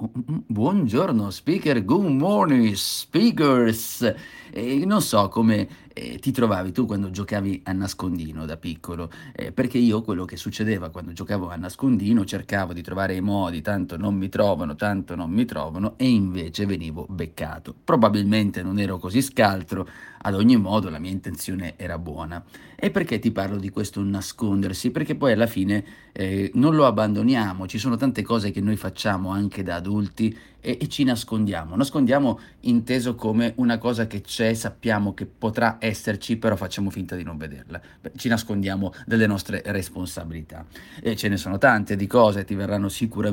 Buongiorno speaker, good morning speakers. Non so come ti trovavi tu quando giocavi a nascondino da piccolo, perché io quello che succedeva quando giocavo a nascondino cercavo di trovare i modi, tanto non mi trovano e invece venivo beccato. Probabilmente non ero così scaltro, ad ogni modo la mia intenzione era buona. E perché ti parlo di questo nascondersi? Perché poi alla fine non lo abbandoniamo, ci sono tante cose che noi facciamo anche da adulti e ci nascondiamo. Nascondiamo inteso come una cosa che c'è, sappiamo che potrà esserci, però facciamo finta di non vederla. Beh, ci nascondiamo delle nostre responsabilità. E ce ne sono tante di cose, ti verranno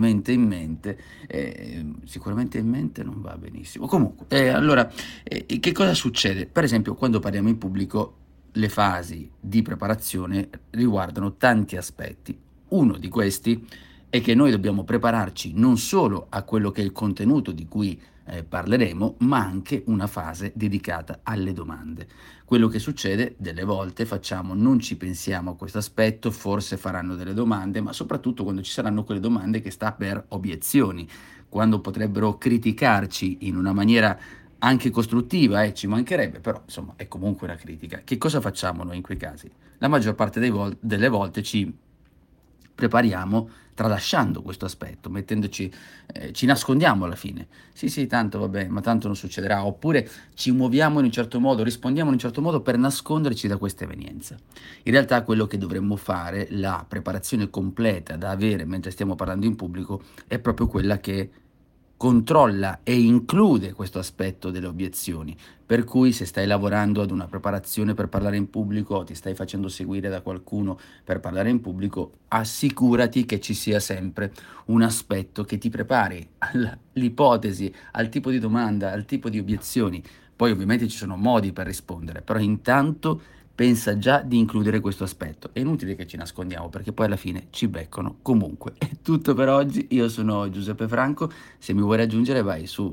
sicuramente in mente non va benissimo. Comunque, allora, che cosa succede? Per esempio, quando parliamo in pubblico, le fasi di preparazione riguardano tanti aspetti. Uno di questi è che noi dobbiamo prepararci non solo a quello che è il contenuto di cui parleremo, ma anche una fase dedicata alle domande. Quello che succede delle volte facciamo, non ci pensiamo a questo aspetto, forse faranno delle domande, ma soprattutto quando ci saranno quelle domande che sta per obiezioni, quando potrebbero criticarci in una maniera anche costruttiva, ci mancherebbe, però insomma è comunque una critica. Che cosa facciamo noi in quei casi? La maggior parte delle volte ci prepariamo tralasciando questo aspetto, ci nascondiamo alla fine. Sì, sì, tanto vabbè, ma tanto non succederà. Oppure ci muoviamo in un certo modo, rispondiamo in un certo modo per nasconderci da questa evenienza. In realtà quello che dovremmo fare, la preparazione completa da avere mentre stiamo parlando in pubblico, è proprio quella che controlla e include questo aspetto delle obiezioni. Per cui se stai lavorando ad una preparazione per parlare in pubblico o ti stai facendo seguire da qualcuno per parlare in pubblico, assicurati che ci sia sempre un aspetto che ti prepari all'ipotesi, al tipo di domanda, al tipo di obiezioni. Poi ovviamente ci sono modi per rispondere, però intanto pensa già di includere questo aspetto. È inutile che ci nascondiamo perché poi alla fine ci beccano comunque. È tutto per oggi, io sono Giuseppe Franco, se mi vuoi raggiungere vai su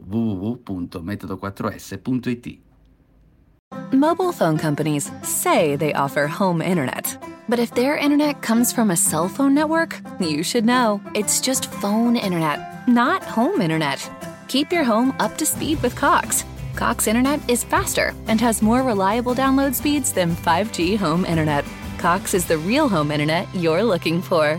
www.metodo4s.it. Mobile phone companies say they offer home internet. But if their internet comes from a cell phone network, you should know. It's just phone internet, not home internet. Keep your home up to speed with Cox. Cox internet is faster and has more reliable download speeds than 5G home internet. Cox is the real home internet you're looking for.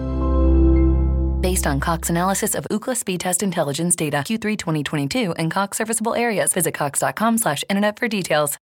Based on Cox analysis of Ookla speed test intelligence data Q3 2022 and Cox serviceable areas, visit cox.com/internet for details.